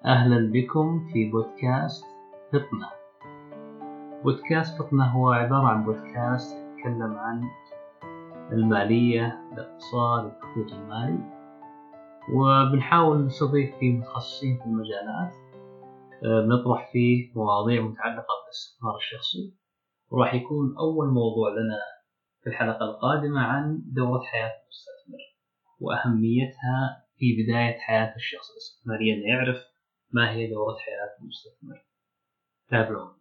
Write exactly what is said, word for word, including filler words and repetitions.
أهلا بكم في بودكاست فطنة. بودكاست فطنة هو عبارة عن بودكاست يتكلم عن المالية، الاقتصاد، التخطيط المالي، وبنحاول نستضيف فيه متخصصين في المجالات. بنطرح فيه مواضيع متعلقة بالاستثمار الشخصي، وراح يكون أول موضوع لنا في الحلقة القادمة عن دورة حياة المستثمر وأهميتها في بداية حياة الشخص الاستثمارية، أن يعرف ما هي دورة حياة المستثمر. تابعون.